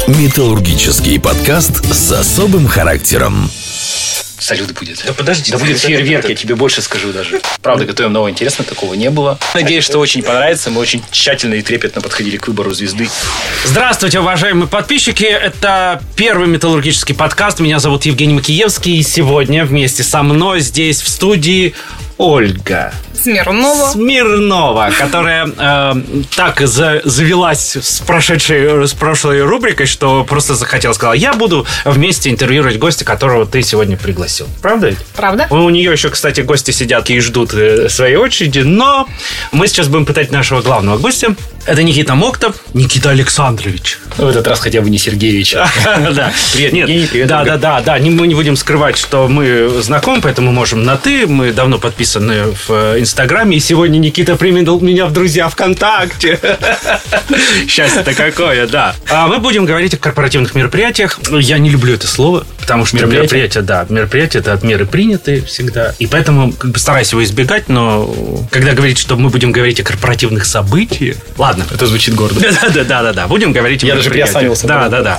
Металлургический подкаст с особым характером. Салют будет. Да подожди. Да будет фейерверк, я тебе больше скажу даже. Правда, готовим новое интересное, такого не было. Надеюсь, что очень понравится. Мы очень тщательно и трепетно подходили к выбору звезды. Здравствуйте, уважаемые подписчики. Это первый металлургический подкаст. Меня зовут Евгений Макиевский. И сегодня вместе со мной здесь в студии Ольга Смирнова, которая так завелась с прошлой рубрикой, что просто захотела, сказала: я буду вместе интервьюировать гостя, которого ты сегодня пригласил. Правда ведь? Правда. У нее еще, кстати, гости сидят и ждут своей очереди, но мы сейчас будем пытать нашего главного гостя. Это Никита Моктов, Никита Александрович. В этот раз хотя бы не Сергеевич. Да. Привет, Евгений, привет. Да. Мы не будем скрывать, что мы знакомы, поэтому можем на «ты». Мы давно подписаны в Инстаграме, и сегодня Никита применил меня в друзья ВКонтакте. Счастье-то какое, да. Мы будем говорить о корпоративных мероприятиях. Я не люблю это слово, потому что мероприятия, это от меры приняты всегда. И поэтому стараюсь его избегать, но когда говорить, что мы будем говорить о корпоративных событиях... Ладно. Это звучит гордо. Да. Будем говорить о мероприятиях. Я даже приосанился. Да.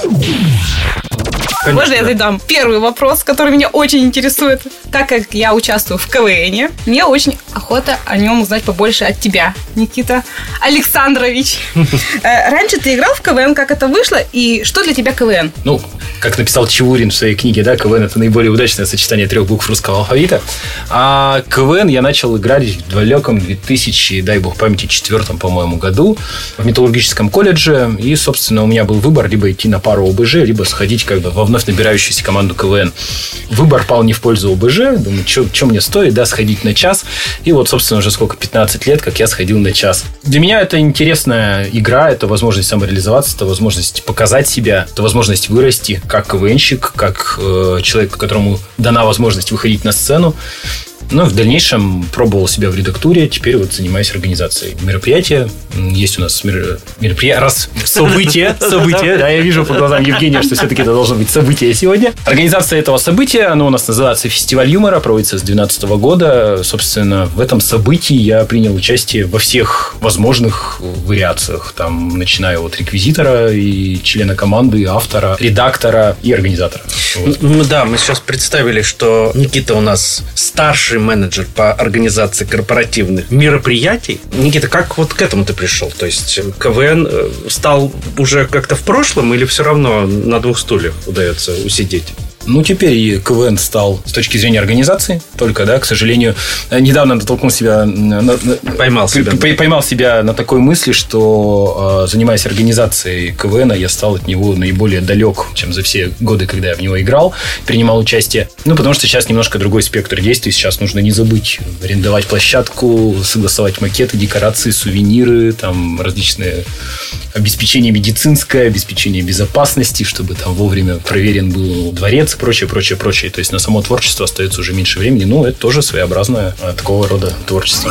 Конечно, можно я задам первый вопрос, который меня очень интересует? Так как я участвую в КВНе, мне очень охота о нем узнать побольше от тебя, Никита Александрович. Раньше ты играл в КВН, как это вышло, и что для тебя КВН? Ну, как написал Чевурин в своей книге, да, КВН — это наиболее удачное сочетание 3 букв русского алфавита. А КВН я начал играть в далеком 2000, дай бог памяти, 4-м, по-моему, году в металлургическом колледже. И, собственно, у меня был выбор: либо идти на пару ОБЖ, либо сходить как бы во вновь набирающуюся команду КВН. Выбор пал не в пользу ОБЖ. Думаю, что мне стоит, да, сходить на час. И вот, собственно, уже 15 лет, как я сходил на час. Для меня это интересная игра, это возможность самореализоваться, это возможность показать себя, это возможность вырасти как КВНщик, как человек, которому дана возможность выходить на сцену. Ну, в дальнейшем пробовал себя в редактуре, теперь вот занимаюсь организацией мероприятия. Есть у нас событие, да, я вижу по глазам Евгения, что все-таки это должно быть событие сегодня. Организация этого события, оно у нас называется «Фестиваль юмора», проводится с 2012 года. Собственно, в этом событии я принял участие во всех возможных вариациях, там, начиная от реквизитора и члена команды, автора, редактора и организатора. Вот. Да, мы сейчас представили, что Никита у нас старший менеджер по организации корпоративных мероприятий. Никита, как вот к этому ты пришел? То есть КВН стал уже как-то в прошлом или все равно на 2 стульях удается усидеть? Ну, теперь КВН стал с точки зрения организации только, да, к сожалению. Недавно натолкнул себя... Поймал себя на такой мысли, что, занимаясь организацией КВН, я стал от него наиболее далек, чем за все годы, когда я в него играл, принимал участие. Ну, потому что сейчас немножко другой спектр действий. Сейчас нужно не забыть арендовать площадку, согласовать макеты, декорации, сувениры, там различные обеспечение медицинское, обеспечение безопасности, чтобы там вовремя проверен был дворец и прочее. То есть на само творчество остается уже меньше времени. Ну, это тоже своеобразное такого рода творчество.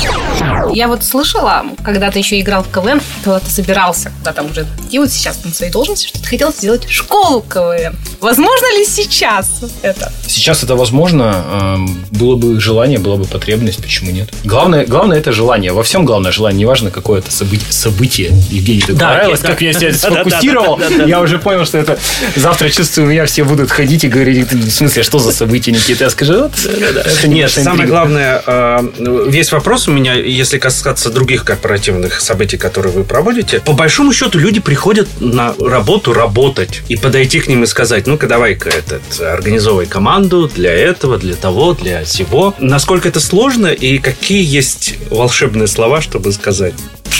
Я вот слышала, когда ты еще играл в КВН, когда ты собирался куда-то уже идти вот сейчас на своей должности, что ты хотел сделать школу КВН. Возможно ли сейчас это? Сейчас это возможно. Было бы желание, была бы потребность. Почему нет? Главное это желание. Во всем главное желание. Неважно, какое это событие. Евгений, тебе понравилось, как я себя сфокусировал. Я уже понял, что это завтра, чувствую, у меня все будут ходить и говорить: в смысле, что за событие, Никита? Я скажу: это не. Нет, самое главное, весь вопрос у меня, если касаться других корпоративных событий, которые вы проводите, по большому счету люди приходят на работу работать. И подойти к ним и сказать: ну-ка, давай-ка организовывай команду для этого, для того, для сего. Насколько это сложно и какие есть волшебные слова, чтобы сказать: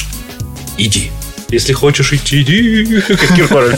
иди. Если хочешь идти, иди. Как Киркоров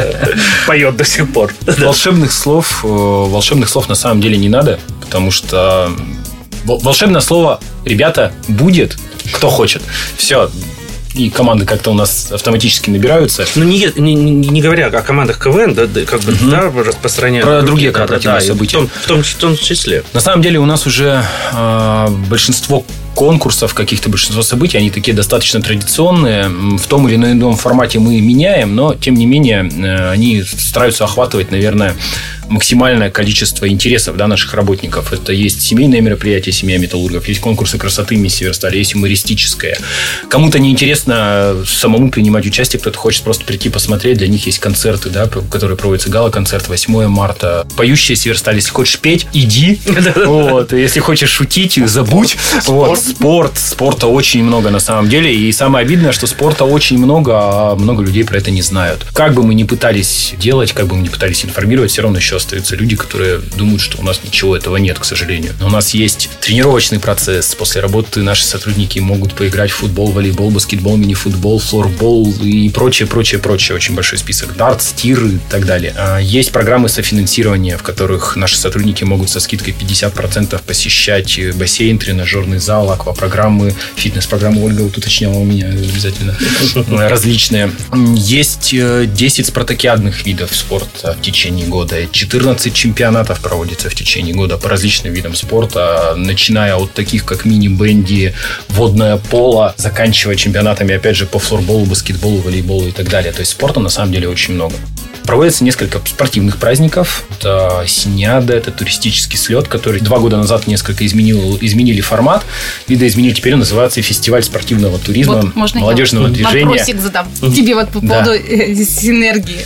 поет до сих пор. Волшебных слов на самом деле не надо, потому что волшебное слово, ребята, будет, кто хочет. Все. И команды как-то у нас автоматически набираются. Ну, не говоря о командах КВН, да, как бы, да, распространяют. Про другие корпоративные события. В том числе. На самом деле у нас уже большинство конкурсов, большинство событий, они такие достаточно традиционные. В том или ином формате мы меняем, но, тем не менее, они стараются охватывать, наверное, максимальное количество интересов, да, наших работников. Это есть семейные мероприятия, семья металлургов, есть конкурсы красоты «Мисс Северсталь», есть юмористическое. Кому-то неинтересно самому принимать участие, кто-то хочет просто прийти посмотреть. Для них есть концерты, да, которые проводятся, гала-концерт 8 марта. Поющая Северсталь. Если хочешь петь, иди. Вот. Если хочешь шутить, забудь. Спорта очень много на самом деле. И самое обидное, что спорта очень много, а много людей про это не знают. Как бы мы ни пытались делать, как бы мы ни пытались информировать, все равно еще остаются люди, которые думают, что у нас ничего этого нет, к сожалению. Но у нас есть тренировочный процесс. После работы наши сотрудники могут поиграть в футбол, волейбол, баскетбол, мини-футбол, флорбол и прочее. Очень большой список. Дартс, тир и так далее. Есть программы софинансирования, в которых наши сотрудники могут со скидкой 50% посещать бассейн, тренажерный зал, аквапрограммы, фитнес-программы. Ольга вот уточняла у меня обязательно. Различные. Есть 10 спартакиадных видов спорта в течение года. 14 чемпионатов проводится в течение года по различным видам спорта, начиная от таких, как мини-бенди, водное поло, заканчивая чемпионатами, опять же, по флорболу, баскетболу, волейболу и так далее. То есть спорта на самом деле очень много. Проводится несколько спортивных праздников. Это Синяда, это туристический слет, который 2 года назад несколько изменили формат. Видоизменили. Теперь он называется фестиваль спортивного туризма, вот, молодежного движения. Вопросик задам тебе вот по поводу синергии.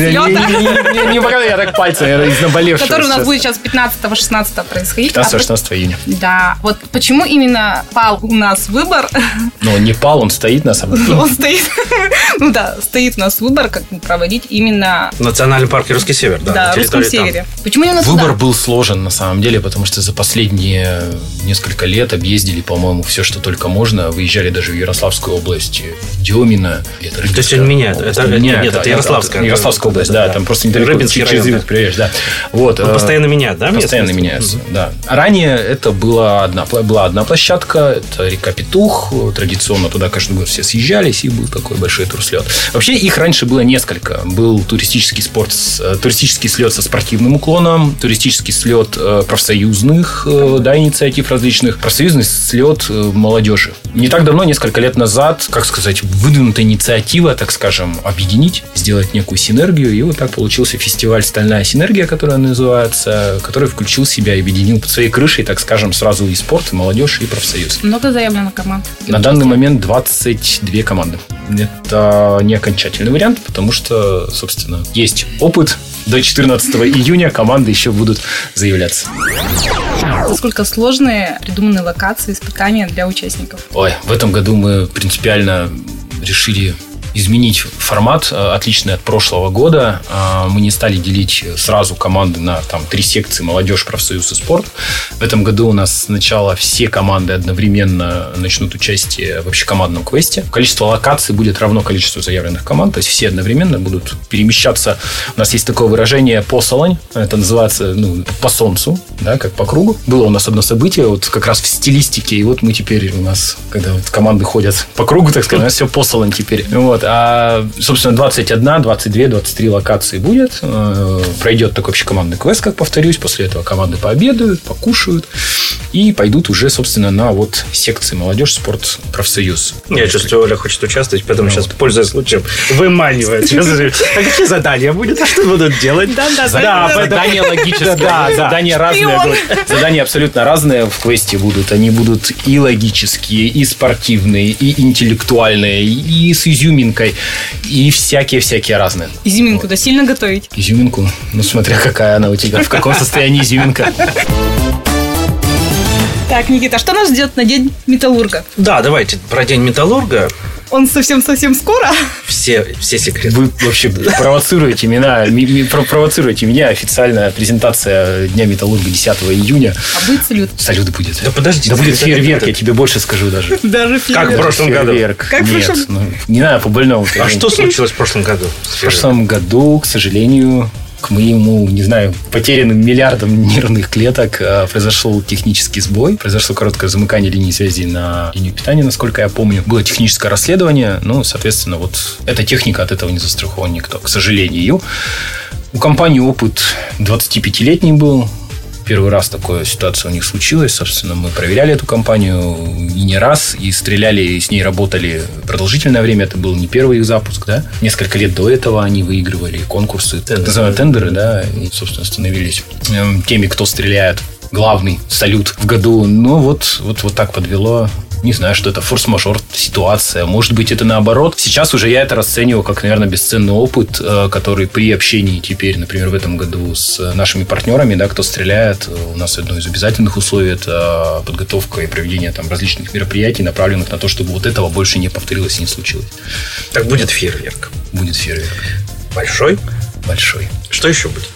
Не показывай, я так пальцем из наболевшего. Который у нас будет сейчас 15-16 происходить. 15-16 июня. Да. Вот почему именно пал у нас выбор? Ну, не пал, он стоит на самом деле. Он стоит. Ну да, стоит у нас выбор, как проводить именно Национальный парк Русский Север, да. Да, в Русском Севере. Почему именно туда? Выбор был сложен, на самом деле, потому что за последние несколько лет объездили, по-моему, все, что только можно. Выезжали даже в Ярославскую область, в Демино. То есть он меняет? Это Ярославская. Ярославская область, да. Там просто недалеко через Ивик приезжаешь, да. Вот. Он постоянно меняет, да? Постоянно меняется, да. Ранее это была одна площадка, это река Петух. Традиционно туда каждый год все съезжались, и был такой большой турслет. Вообще их раньше было несколько. Был туристический слет со спортивным уклоном, туристический слет профсоюзных инициатив различных, профсоюзный слет молодежи. Не так давно, несколько лет назад, как сказать, выдвинута инициатива, так скажем, объединить, сделать некую синергию, и вот так получился фестиваль «Стальная синергия», которая называется, который включил в себя и объединил под своей крышей, так скажем, сразу и спорт, и молодежь, и профсоюз. Много заявлено команд? На данный момент 22 команды. Это не окончательный вариант, потому что, собственно, есть опыт. До 14 июня команды еще будут заявляться. Насколько сложные придуманы локации, испытания для участников? Ой, в этом году мы принципиально решили изменить формат, отличный от прошлого года. Мы не стали делить сразу команды на 3 секции: молодежь, профсоюз и спорт. В этом году у нас сначала все команды одновременно начнут участие в общекомандном квесте. Количество локаций будет равно количеству заявленных команд, то есть все одновременно будут перемещаться. У нас есть такое выражение «посолонь», это называется по солнцу, да, как по кругу. Было у нас одно событие вот как раз в стилистике, и вот мы теперь у нас, когда вот команды ходят по кругу, так сказать, у нас все посолонь теперь. Вот. А, собственно, 21, 22, 23 локации будет. Пройдет такой общекомандный квест, как повторюсь. После этого команды пообедают, покушают и пойдут уже, собственно, на вот секции молодежь, спорт, профсоюз. Я чувствую, Оля хочет участвовать, поэтому сейчас, пользуясь случаем, выманивает. А какие задания будут? А что будут делать? Задания логические. Задания разные будут. Задания абсолютно разные в квесте будут. Они будут и логические, и спортивные, и интеллектуальные, и с изюминкой, и всякие разные. Изюминку-то сильно готовить? Изюминку? Смотря какая она у тебя, в каком состоянии изюминка. Так, Никита, что нас ждет на День металлурга? Да, давайте про День металлурга. Он совсем скоро? Все секреты. Вы вообще провоцируете меня. Официальная презентация Дня металлурга 10 июня. А будет салют? Салют будет. Да подожди. Да будет фейерверк, я тебе больше скажу даже. Даже фейерверк? Как в прошлом году? Нет, не надо по-больному. А что случилось в прошлом году? В прошлом году, к сожалению, к моему, не знаю, потерянным миллиардам нервных клеток произошел технический сбой. Произошло короткое замыкание линии связи на линию питания, насколько я помню. Было техническое расследование. Соответственно, вот эта техника, от этого не застрахован никто, к сожалению. У компании опыт 25-летний был. первый раз такая ситуация у них случилась. Собственно, мы проверяли эту компанию и не раз, и стреляли, и с ней работали продолжительное время. Это был не первый их запуск, да. Несколько лет до этого они выигрывали конкурсы, тендеры, да, и, собственно, становились теми, кто стреляет. Главный салют в году. Ну, вот так подвело. Не знаю, что это форс-мажор ситуация. Может быть, это наоборот. Сейчас уже я это расцениваю как, наверное, бесценный опыт, который при общении теперь, например, в этом году с нашими партнерами, да, кто стреляет, у нас одно из обязательных условий – это подготовка и проведение там различных мероприятий, направленных на то, чтобы вот этого больше не повторилось и не случилось. Так будет фейерверк. Будет фейерверк. Большой? Большой. Что еще будет?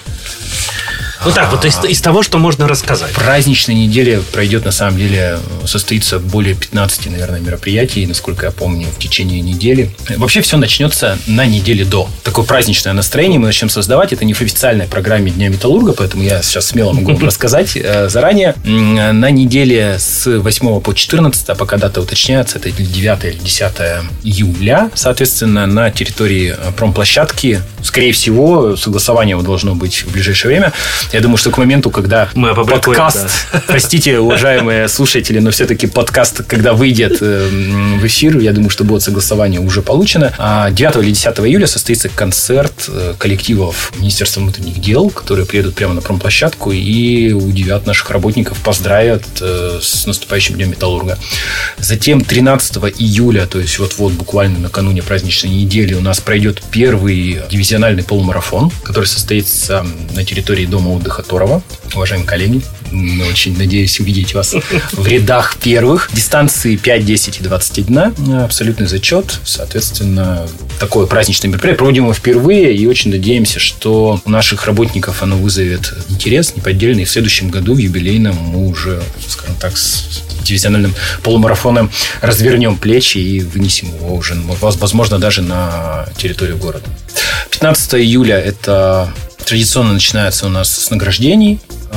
Ну так, вот из того, что можно рассказать. Праздничная неделя пройдет, на самом деле, состоится более 15, наверное, мероприятий, насколько я помню, в течение недели. Вообще все начнется на неделе до. Такое праздничное настроение мы начнем создавать. Это не в официальной программе Дня Металлурга, поэтому я сейчас смело могу вам рассказать заранее. На неделе с 8 по 14, а пока дата уточняется, это 9 или 10 июля, соответственно, на территории промплощадки, скорее всего, согласование должно быть в ближайшее время. Я думаю, что к моменту, когда подкаст, простите, уважаемые слушатели, но все-таки подкаст, когда выйдет в эфир, я думаю, что будет согласование уже получено. 9 или 10 июля состоится концерт коллективов Министерства внутренних дел, которые приедут прямо на промплощадку и удивят наших работников, поздравят с наступающим Днем Металлурга. Затем 13 июля, то есть вот буквально накануне праздничной недели, у нас пройдет первый дивизиональный полумарафон, который состоится на территории дома отдыха Торова. Уважаемые коллеги, очень надеюсь увидеть вас в рядах первых. Дистанции 5, 10 и 21. Абсолютный зачет. Соответственно, такое праздничное мероприятие. Проводим его впервые и очень надеемся, что у наших работников оно вызовет интерес неподдельный. И в следующем году, в юбилейном, мы уже, скажем так, с дивизиональным полумарафоном развернем плечи и вынесем его уже, возможно, даже на территорию города. 15 июля это традиционно начинается у нас с награждений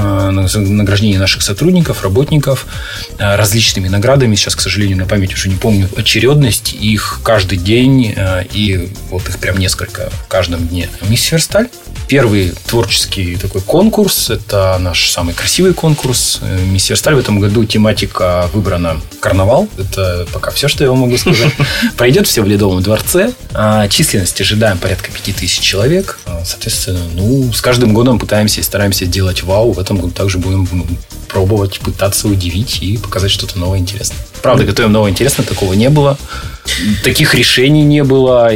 наших сотрудников, работников различными наградами. Сейчас, к сожалению, на память уже не помню очередность. Их каждый день, и вот их прям несколько в каждом дне. Мисс Северсталь. Первый творческий такой конкурс. Это наш самый красивый конкурс. Мисс Северсталь в этом году тематика выбрана карнавал. Это пока все, что я вам могу сказать. Пройдет все в Ледовом дворце. Численность ожидаем порядка 5000 человек. Соответственно, с каждым годом пытаемся и стараемся делать вау. В этом году также будем пробовать, пытаться удивить и показать что-то новое интересное. Правда, готовим новое интересное, такого не было. Таких решений не было.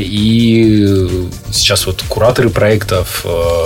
И сейчас вот кураторы проектов,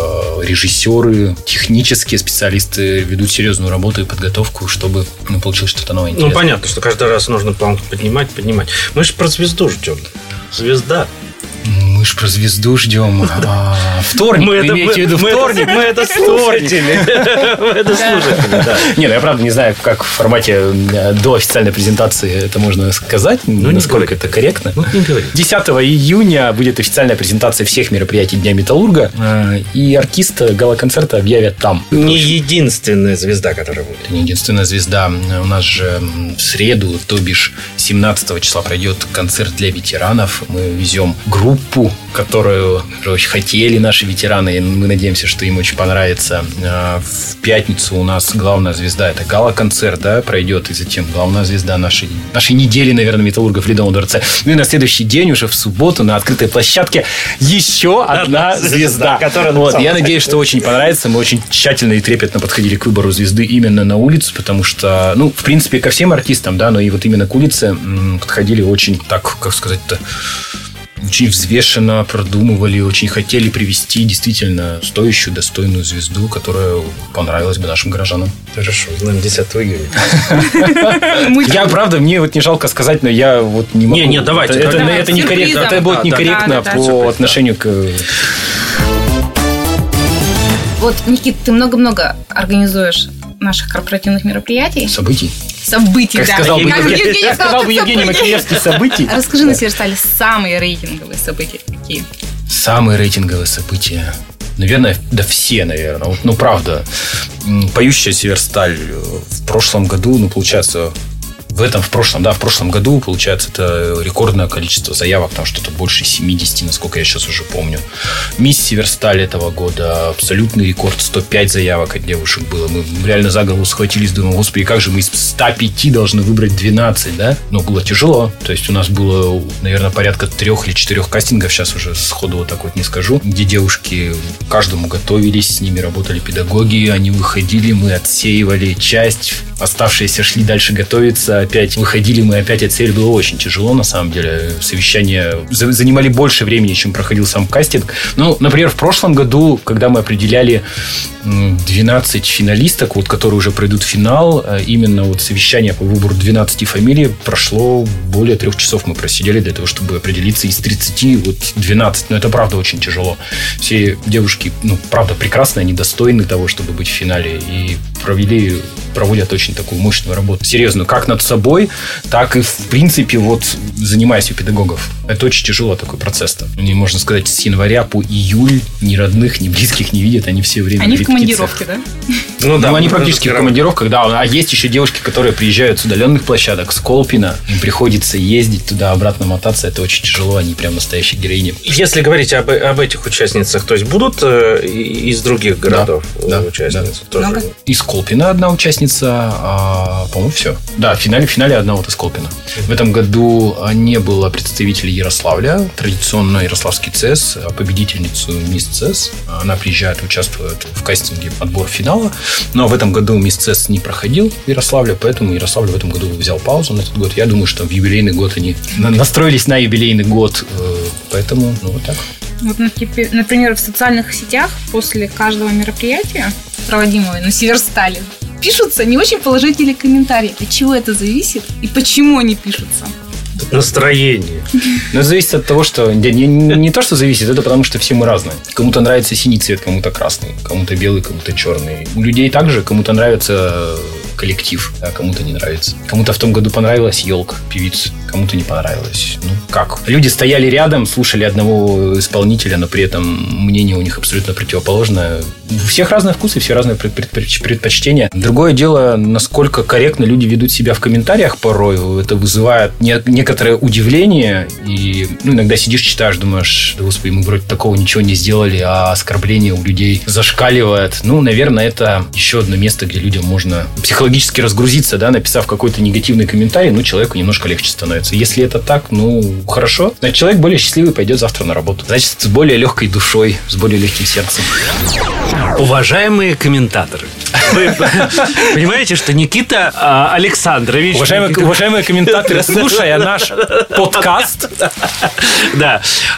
режиссеры, технические специалисты ведут серьезную работу и подготовку, чтобы получилось что-то новое интересное. Понятно, что каждый раз нужно планку поднимать. Мы же про звезду ждем. Звезда. Мы ж про звезду ждем. Вторник. Вы имеете в виду вторник? Мы это слушатели. Мы это слушатели, да. Не, я правда не знаю, как в формате до официальной презентации это можно сказать, насколько это корректно. 10 июня будет официальная презентация всех мероприятий Дня Металлурга, и артиста гала-концерта объявят там. Не единственная звезда, которая будет. Это не единственная звезда. У нас же в среду, то бишь 17 числа, пройдет концерт для ветеранов. Мы везем группу, которую очень хотели наши ветераны, и мы надеемся, что им очень понравится. В пятницу у нас главная звезда, это гала-концерт, да, пройдет, и затем главная звезда нашей недели, наверное, Металлурга в Ледовом дворце. Ну и на следующий день, уже в субботу, на открытой площадке еще одна звезда. Я надеюсь, что очень понравится. Мы очень тщательно и трепетно подходили к выбору звезды именно на улицу, потому что, в принципе, ко всем артистам, да, но и вот именно к улице подходили очень так, как сказать-то, очень взвешенно продумывали, очень хотели привести действительно стоящую, достойную звезду, которая понравилась бы нашим горожанам. Хорошо, знаем 10 июня. Я, правда, мне вот не жалко сказать, но я вот не могу. Не, давайте. Это некорректно. Это будет некорректно по отношению к... Вот, Никит, ты много-много организуешь наших корпоративных мероприятий. Событий, как да. Сказал бы Евгений Макеевский, событий. Расскажи на Северстале самые рейтинговые события какие? Самые рейтинговые события. Наверное, да все, наверное. Правда. Поющая Северсталь в прошлом году, получается, В прошлом году, получается, это рекордное количество заявок, там что-то больше 70, насколько я сейчас уже помню. Мисс Северсталь этого года, абсолютный рекорд, 105 заявок от девушек было. Мы реально за голову схватились, думаем, господи, как же мы из 105 должны выбрать 12, да? Но было тяжело. То есть у нас было, наверное, порядка 3 или 4 кастингов, сейчас уже сходу вот так вот не скажу, где девушки каждому готовились, с ними работали педагоги, они выходили, мы отсеивали часть, оставшиеся шли дальше готовиться, опять выходили, мы опять отсеяли. Было очень тяжело, на самом деле. Совещания занимали больше времени, чем проходил сам кастинг. Ну, например, в прошлом году, когда мы определяли 12 финалисток, вот, которые уже пройдут финал, именно вот совещание по выбору 12 фамилий прошло более 3 часов. Мы просидели для того, чтобы определиться из 30, вот 12. Но это правда очень тяжело. Все девушки, правда, прекрасные, они достойны того, чтобы быть в финале. И проводят очень такую мощную работу. Серьезную, как над собой, так и, в принципе, вот занимаясь у педагогов. Это очень тяжело, такой процесс-то. Они, можно сказать, с января по июль ни родных, ни близких не видят. Они все время в командировке, да? Они практически в командировках, да. А есть еще девушки, которые приезжают с удаленных площадок, с Колпино. Им приходится ездить туда-обратно мотаться. Это очень тяжело. Они прям настоящие героини. Если говорить об этих участницах, то есть будут из других городов участницы? Да. Тоже? Из Колпино одна участница, по-моему, все. Да, в финале одна вот из Колпино. В этом году не было представителей Ярославля. Традиционно Ярославский ЦС, победительницу Мисс ЦС. Она приезжает, участвует в кастинге отбор финала. Но в этом году Мисс ЦС не проходил в Ярославле, поэтому Ярославль в этом году взял паузу на этот год. Я думаю, что в юбилейный год они настроились на юбилейный год. Поэтому, вот так. Вот, например, в социальных сетях после каждого мероприятия, проводимого на Северстале, пишутся не очень положительные комментарии. От чего это зависит и почему они пишутся? Настроение. Но это зависит от того, что... Не то, что зависит, это потому, что все мы разные. Кому-то нравится синий цвет, кому-то красный. Кому-то белый, кому-то черный. У людей также кому-то нравится коллектив, а кому-то не нравится. Кому-то в том году понравилась елка, певица. Кому-то не понравилось. Как? Люди стояли рядом, слушали одного исполнителя, но при этом мнение у них абсолютно противоположное. У всех разные вкусы, все разные предпочтения. Другое дело, насколько корректно люди ведут себя в комментариях порой. Это вызывает некоторое удивление. И иногда сидишь, читаешь, думаешь, да господи, мы вроде такого ничего не сделали, а оскорбление у людей зашкаливает. Наверное, это еще одно место, где людям можно психологически разгрузиться, да, написав какой-то негативный комментарий, человеку немножко легче становится. Если это так, хорошо. Значит, человек более счастливый пойдет завтра на работу. Значит, с более легкой душой, с более легким сердцем. Уважаемые комментаторы, вы понимаете, что Никита Александрович... Уважаемые комментаторы, слушая наш подкаст... Да.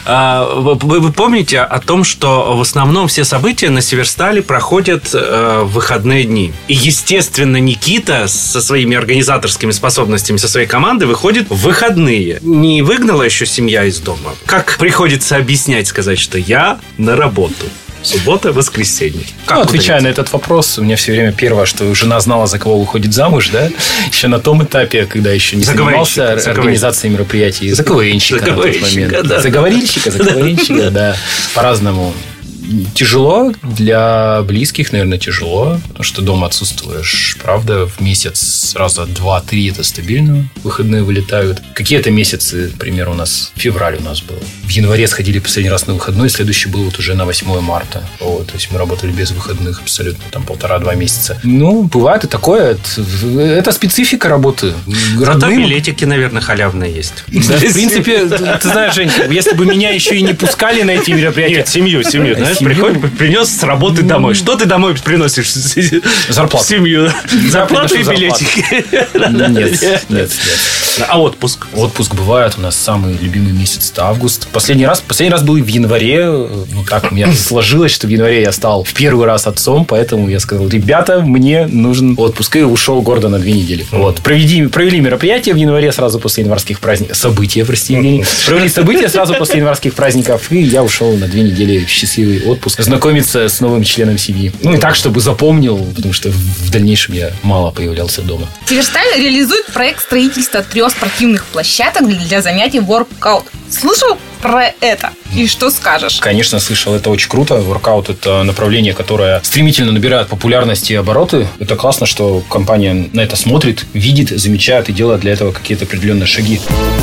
Вы помните о том, что в основном все события на Северстале проходят в выходные дни. И, естественно, Никита со своими организаторскими способностями, со своей командой выходит в выходные. Не выгнала еще семья из дома. Как приходится объяснять, сказать, что я на работу. Суббота, воскресенье. Отвечая на этот вопрос, у меня все время первое, что жена знала, за кого выходит замуж, да? Еще на том этапе, когда еще не занимался организацией мероприятий. За КВНщика на тот момент. Да. За говорильщика, да. По-разному. Тяжело для близких, наверное, тяжело, потому что дома отсутствуешь, правда, в месяц раза 2-3 это стабильно, выходные вылетают. Какие-то месяцы, например, у нас февраль у нас был. В январе сходили последний раз на выходной, следующий был вот уже на 8 марта. То есть мы работали без выходных абсолютно, там 1,5-2 месяца. Бывает и такое. Это специфика работы. Зато билетики, наверное, халявные есть. Да, в принципе, ты знаешь, Жень, если бы меня еще и не пускали на эти мероприятия... Нет, семью, знаешь, принес с работы домой. Что ты домой приносишь? Зарплату. Семью. Зарплату и билетики. Нет. А отпуск? Отпуск бывает. У нас самый любимый месяц – это август. Последний раз был в январе. Так у меня сложилось, что в январе я стал в первый раз отцом, поэтому я сказал, ребята, мне нужен отпуск. И ушел гордо на 2 недели. Провели мероприятие в январе сразу после январских праздников. События, прости, Евгений. Провели события сразу после январских праздников. И я ушел на 2 недели в счастливый отпуск, знакомиться с новым членом семьи. Ну и так, чтобы запомнил, потому что в дальнейшем я мало появлялся дома. Северсталь реализует проект строительства 3 спортивных площадок для занятий воркаут. Слышал про это? И что скажешь? Конечно, слышал, это очень круто. Воркаут – это направление, которое стремительно набирает популярность и обороты. Это классно, что компания на это смотрит, видит, замечает и делает для этого какие-то определенные шаги.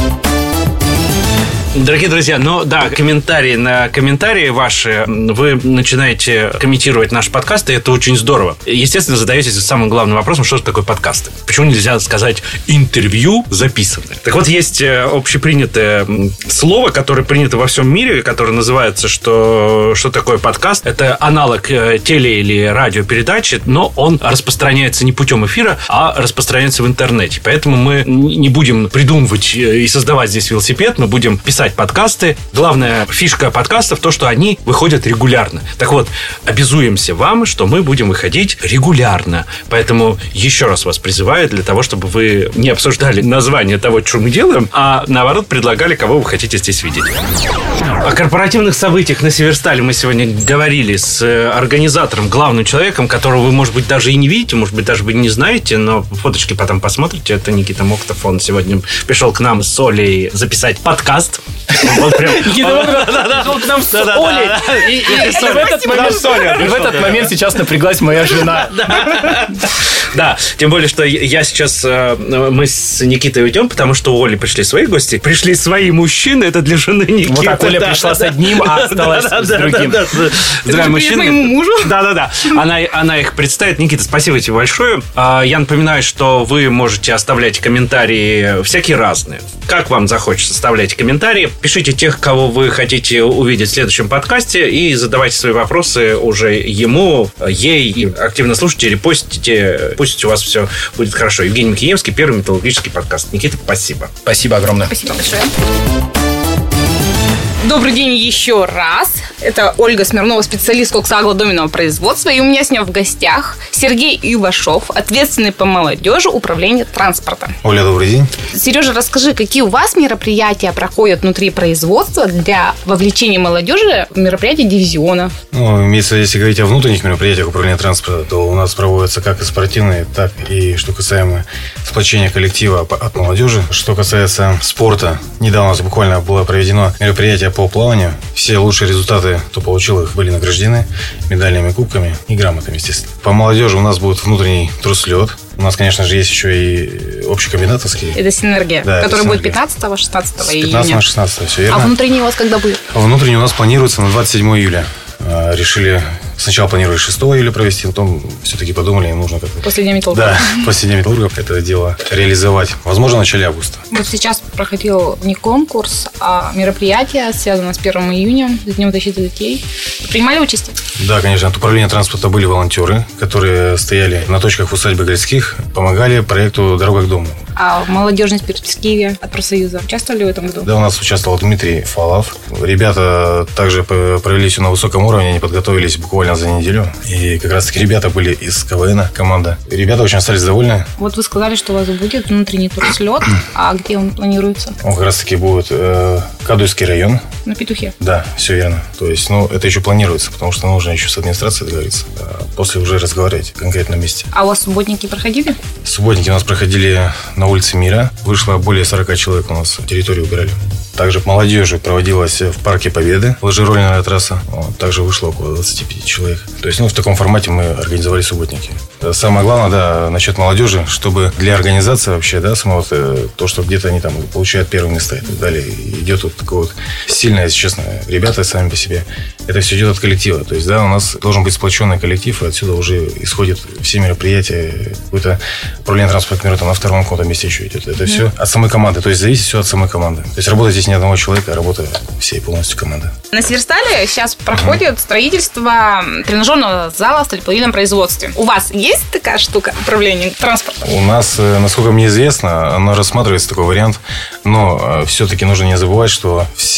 Дорогие друзья, комментарии на комментарии ваши, вы начинаете комментировать наш подкаст, и это очень здорово. Естественно, задаетесь самым главным вопросом, что же такое подкасты. Почему нельзя сказать интервью записанное? Так вот, есть общепринятое слово, которое принято во всем мире, которое называется, что такое подкаст. Это аналог теле- или радиопередачи, но он распространяется не путем эфира, а распространяется в интернете. Поэтому мы не будем придумывать и создавать здесь велосипед, мы будем писать подкасты. Главная фишка подкастов то, что они выходят регулярно. Так вот, обязуемся вам, что мы будем выходить регулярно. Поэтому еще раз вас призываю для того, чтобы вы не обсуждали название того, что мы делаем, а наоборот предлагали, кого вы хотите здесь видеть. О корпоративных событиях на Северстале мы сегодня говорили с организатором, главным человеком, которого вы, может быть, даже и не видите, может быть, даже вы не знаете, но фоточки потом посмотрите. Это Никита Моктов. Он сегодня пришел к нам с Олей записать подкаст. Вот прям. Пришел к нам с Олей. И в этот момент сейчас напряглась моя жена. Да, тем более, что я сейчас... Мы с Никитой уйдем, потому что у Оли пришли свои гости. Пришли свои мужчины, это для жены Никиты. Вот так Оля пришла с одним, а осталась с другим. Здравия, мужчины. Моему мужу. Да. Она их представит. Никита, спасибо тебе большое. Я напоминаю, что вы можете оставлять комментарии всякие разные. Как вам захочется, оставляйте комментарии. Пишите тех, кого вы хотите увидеть в следующем подкасте, и задавайте свои вопросы уже ему, ей. И активно слушайте, репостите. Пусть у вас все будет хорошо. Евгений Макиевский, первый металлургический подкаст. Никита, спасибо. Спасибо огромное. Спасибо большое. Добрый день еще раз. Это Ольга Смирнова, специалист коксоаглодоменного производства. И у меня с ним в гостях Сергей Ивашов, ответственный по молодежи управления транспорта. Оля, добрый день. Сережа, расскажи, какие у вас мероприятия проходят внутри производства для вовлечения молодежи в мероприятия дивизиона? Если говорить о внутренних мероприятиях управления транспорта, то у нас проводятся как и спортивные, так и, что касаемо сплочения коллектива от молодежи. Что касается спорта, недавно у нас буквально было проведено мероприятие по плаванию. Все лучшие результаты, кто получил их, были награждены медальными, кубками и грамотами, естественно. По молодежи у нас будет внутренний труслет. У нас, конечно же, есть еще и общекомбинатовский. Это синергия, да, который будет синергия. 15-16 июня. 15 на 16, все верно. А внутренний у вас когда будет? Внутренний у нас планируется на 27 июля. Решили сначала планировали 6 июля провести, потом все-таки подумали, им нужно как-то... После Дня металлургов. Да, после Дня металлургов это дело реализовать. Возможно, в начале августа. Вот сейчас проходил не конкурс, а мероприятие, связанное с 1 июня, с Днем защиты детей. Принимали участие? Да, конечно. От управления транспорта были волонтеры, которые стояли на точках в усадьбе Гольских, помогали проекту «Дорога к дому». А в молодежной перспективе от профсоюза участвовали в этом году? Да, у нас участвовал Дмитрий Фалав. Ребята также провели все на высоком уровне, они подготовились буквально за неделю. И как раз таки ребята были из КВН, команда. Ребята очень остались довольны. Вот вы сказали, что у вас будет внутренний турслет, а где он планируется? Он как раз таки будет Кадуйский район. На Петухе? Да, все верно. То есть, это еще планируется, потому что нужно еще с администрацией договориться. А после уже разговаривать в конкретном месте. А у вас субботники проходили? Субботники у нас проходили на улице Мира. Вышло более 40 человек у нас, территорию убирали. Также молодежи проводилась в Парке Победы, лыжероллерная трасса. Также вышло около 25 человек. То есть, в таком формате мы организовали субботники. Самое главное, да, насчет молодежи, чтобы для организации вообще, да, самого то, что где-то они там получают первые места и так далее. Идет вот такое вот сильное, если честно, ребята сами по себе. Это все идет от коллектива. То есть, да, у нас должен быть сплоченный коллектив, и отсюда уже исходят все мероприятия. Какое-то управление транспортным на втором каком-то месте еще идет. Это все от самой команды. То есть, зависит все от самой команды. То есть, работать здесь не одного человека, а работа всей полностью команды. На Северстале сейчас проходит строительство тренажерного зала в сталеплавильном производстве. У вас есть такая штука управления транспортом? У нас, насколько мне известно, оно рассматривается такой вариант, но все-таки нужно не забывать, что все тренажерные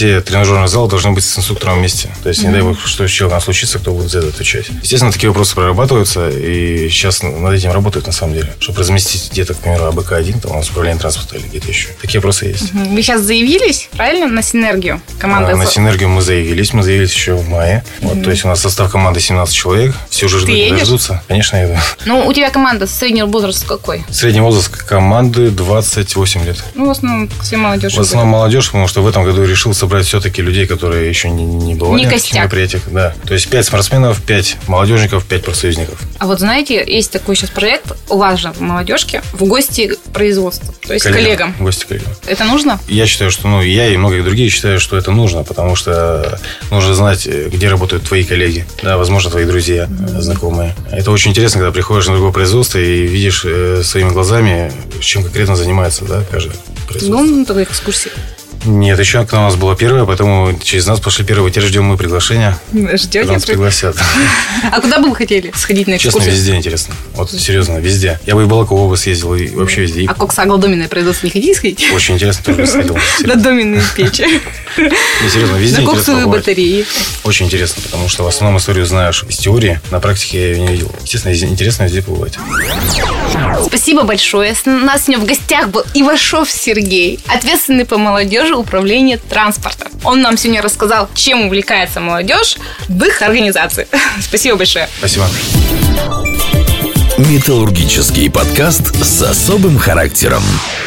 тренажерный зал должны быть с инструктором вместе. То есть, не дай бог, что с человеком случится, кто будет за это отвечать. Естественно, такие вопросы прорабатываются, и сейчас над этим работают, на самом деле. Чтобы разместить где-то, к примеру, АБК-1, там у нас управление транспорта или где-то еще. Такие вопросы есть. Вы сейчас заявились, правильно, на синергию? Команда на синергию мы заявились еще в мае. Вот, то есть, у нас состав команды 17 человек. Все уже ждутся. Конечно, я иду. Ну, у тебя команда, средний возраст какой? Средний возраст команды 28 лет. Ну, в основном все молодежь. В основном молодежь, потому что в этом году решил собрать все-таки людей, которые еще не бывали не на таких мероприятиях. Да. То есть 5 спортсменов, 5 молодежников, 5 профсоюзников. А вот знаете, есть такой сейчас проект у вас же в молодежке в гости к производству, то есть коллегам. В гости к коллегам. Это нужно? Я считаю, что я и многие другие считают, что это нужно, потому что нужно знать, где работают твои коллеги, да, возможно, твои друзья, знакомые. Это очень интересно, когда приходишь на другое производство и видишь своими глазами, чем конкретно занимается, да, каждый производство. Ну, такой экскурсии. Нет, еще у нас была первая, поэтому через нас пошли первые. Теперь ждем мы приглашения. Ждете? Нас пригласят. А куда бы вы хотели сходить на экскурсию? Честно, везде интересно. Вот серьезно, везде. Я бы и в Балаково бы съездил, и вообще везде. А коксаглодоменное производство не хотите сходить? Очень интересно, тоже сходил. На доменные печи. Не, серьезно, везде на интересно коксовые батареи. Очень интересно, потому что в основном историю знаешь из теории, на практике я ее не видел. Естественно, интересно везде побывать. Спасибо большое. У нас сегодня в гостях был Ивашов Сергей, ответственный по молодежи управления транспорта. Он нам сегодня рассказал, чем увлекается молодежь в их организации. Спасибо большое. Спасибо. Металлургический подкаст с особым характером.